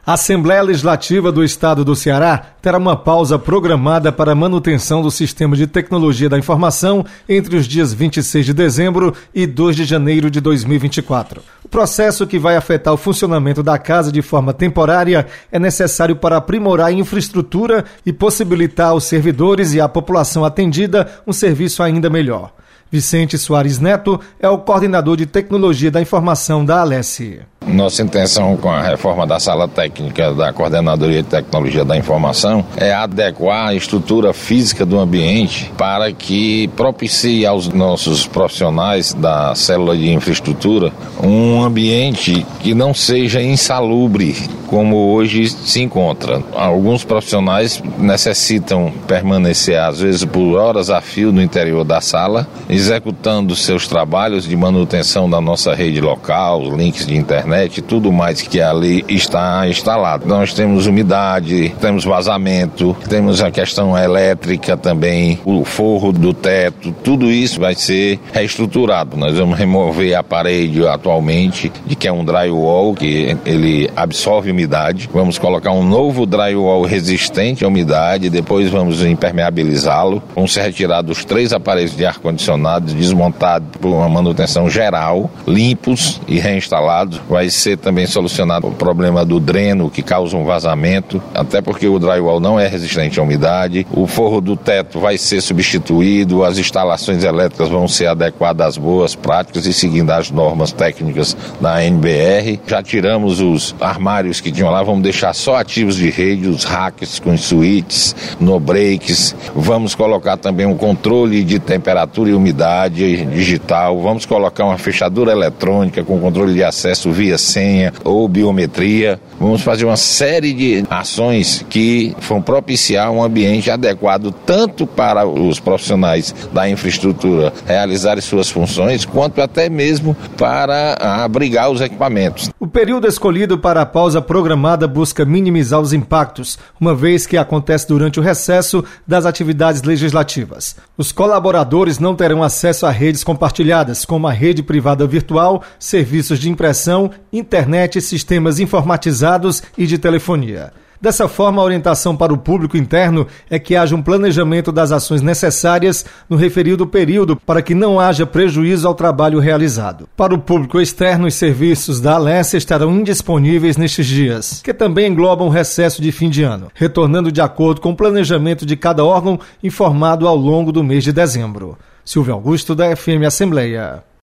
A Assembleia Legislativa do Estado do Ceará terá uma pausa programada para a manutenção do Sistema de Tecnologia da Informação entre os dias 26 de dezembro e 2 de janeiro de 2024. O processo, que vai afetar o funcionamento da casa de forma temporária, é necessário para aprimorar a infraestrutura e possibilitar aos servidores e à população atendida um serviço ainda melhor. Vicente Soares Neto é o coordenador de Tecnologia da Informação da Alesse. Nossa intenção com a reforma da sala técnica da Coordenadoria de Tecnologia da Informação é adequar a estrutura física do ambiente para que propicie aos nossos profissionais da célula de infraestrutura um ambiente que não seja insalubre como hoje se encontra. Alguns profissionais necessitam permanecer, às vezes por horas a fio, no interior da sala, executando seus trabalhos de manutenção da nossa rede local, links de internet, tudo mais que ali está instalado. Nós temos umidade, temos vazamento, temos a questão elétrica também, o forro do teto, tudo isso vai ser reestruturado. Nós vamos remover a parede atualmente, que é um drywall, que ele absorve umidade. Vamos colocar um novo drywall resistente à umidade, depois vamos impermeabilizá-lo. Vão ser retirados 3 aparelhos de ar-condicionado, desmontados por uma manutenção geral, limpos e reinstalados. Vai ser também solucionado o problema do dreno, que causa um vazamento, até porque o drywall não é resistente à umidade. O forro do teto vai ser substituído, as instalações elétricas vão ser adequadas às boas práticas e seguindo as normas técnicas da NBR. Já tiramos os armários que tinham lá, vamos deixar só ativos de rede, os racks com switches, no breaks. Vamos colocar também um controle de temperatura e umidade digital. Vamos colocar uma fechadura eletrônica com controle de acesso via senha ou biometria. Vamos fazer uma série de ações que vão propiciar um ambiente adequado tanto para os profissionais da infraestrutura realizarem suas funções, quanto até mesmo para abrigar os equipamentos. O período escolhido para a pausa programada busca minimizar os impactos, uma vez que acontece durante o recesso das atividades legislativas. Os colaboradores não terão acesso a redes compartilhadas, como a rede privada virtual, serviços de impressão, internet, sistemas informatizados e de telefonia. Dessa forma, a orientação para o público interno é que haja um planejamento das ações necessárias no referido período para que não haja prejuízo ao trabalho realizado. Para o público externo, os serviços da Alesse estarão indisponíveis nestes dias, que também englobam o recesso de fim de ano, retornando de acordo com o planejamento de cada órgão informado ao longo do mês de dezembro. Silvio Augusto, da FM Assembleia.